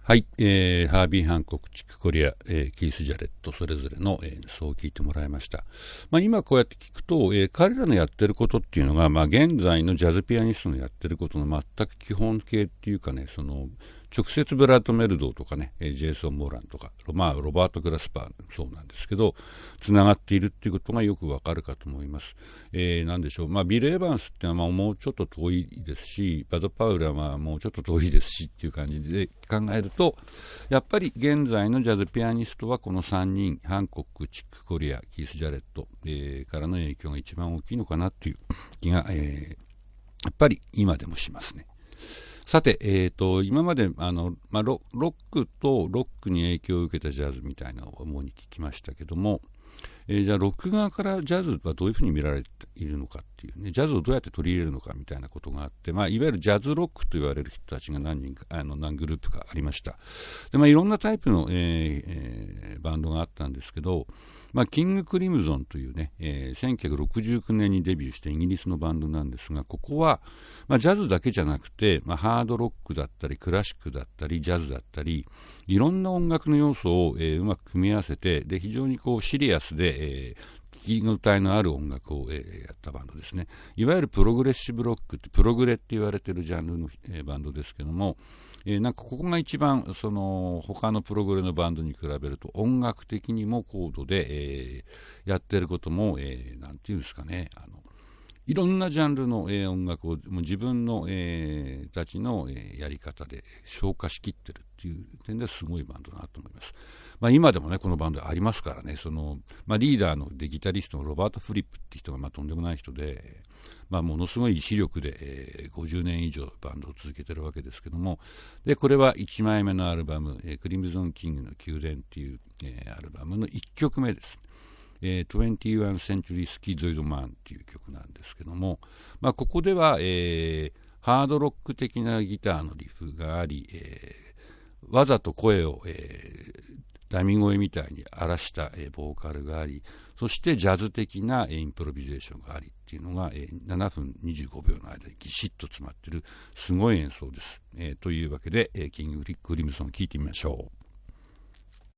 はい、ハービー・ハンコック、チック・コリア、キース・ジャレット、それぞれの演奏を聞いてもらいました。今こうやって聞くと、彼らのやってることっていうのが、現在のジャズピアニストのやってることの全く基本形っていうかね、直接ブラッド・メルドーとかね、ジェイソン・モーランとか、ロバート・グラスパーもそうなんですけど、つながっているっていうことがよくわかるかと思います。なんでしょう、ビル・エヴァンスっていうのはもうちょっと遠いですし、バド・パウルはもうちょっと遠いですしっていう感じで考えると、やっぱり現在のジャズピアニストはこの3人、ハンコック、チック・コリア、キース・ジャレット、からの影響が一番大きいのかなっていう気が、やっぱり今でもしますね。さて、今までロックとロックに影響を受けたジャズみたいなのを主に聞きましたけども、じゃあロック側からジャズはどういうふうに見られているのかっていうね、ジャズをどうやって取り入れるのかみたいなことがあって、いわゆるジャズロックと言われる人たちが何グループかありました。で、いろんなタイプの、バンドがあったんですけど、キング・クリムゾンというね、1969年にデビューしたイギリスのバンドなんですが、ここは、ジャズだけじゃなくて、ハードロックだったりクラシックだったりジャズだったりいろんな音楽の要素を、うまく組み合わせて、で非常にシリアスで、聞き応えのある音楽を、やったバンドですね。いわゆるプログレッシブロックってプログレって言われているジャンルの、バンドですけども、ここが一番他のプログレのバンドに比べると音楽的にも高度で、やってることも、なんていうんですかね、いろんなジャンルの、音楽をもう自分の、たちの、やり方で消化しきってるっていう点ですごいバンドだなと思います。今でもねこのバンドありますからね、リーダーでギタリストのロバート・フリップって人がとんでもない人で、ものすごい視力で、50年以上バンドを続けてるわけですけども、でこれは1枚目のアルバム、クリムゾン・キングの宮殿っていう、アルバムの1曲目です。21 Century Schizoid Man っていう曲なんですけども、ここでは、ハードロック的なギターのリフがあり、わざと声を、ダミ声みたいに荒らした、ボーカルがあり、そしてジャズ的な、インプロビゼーションがありっていうのが、7分25秒の間にぎしっと詰まっているすごい演奏です。というわけで、キング・クリムゾン聴いてみましょう。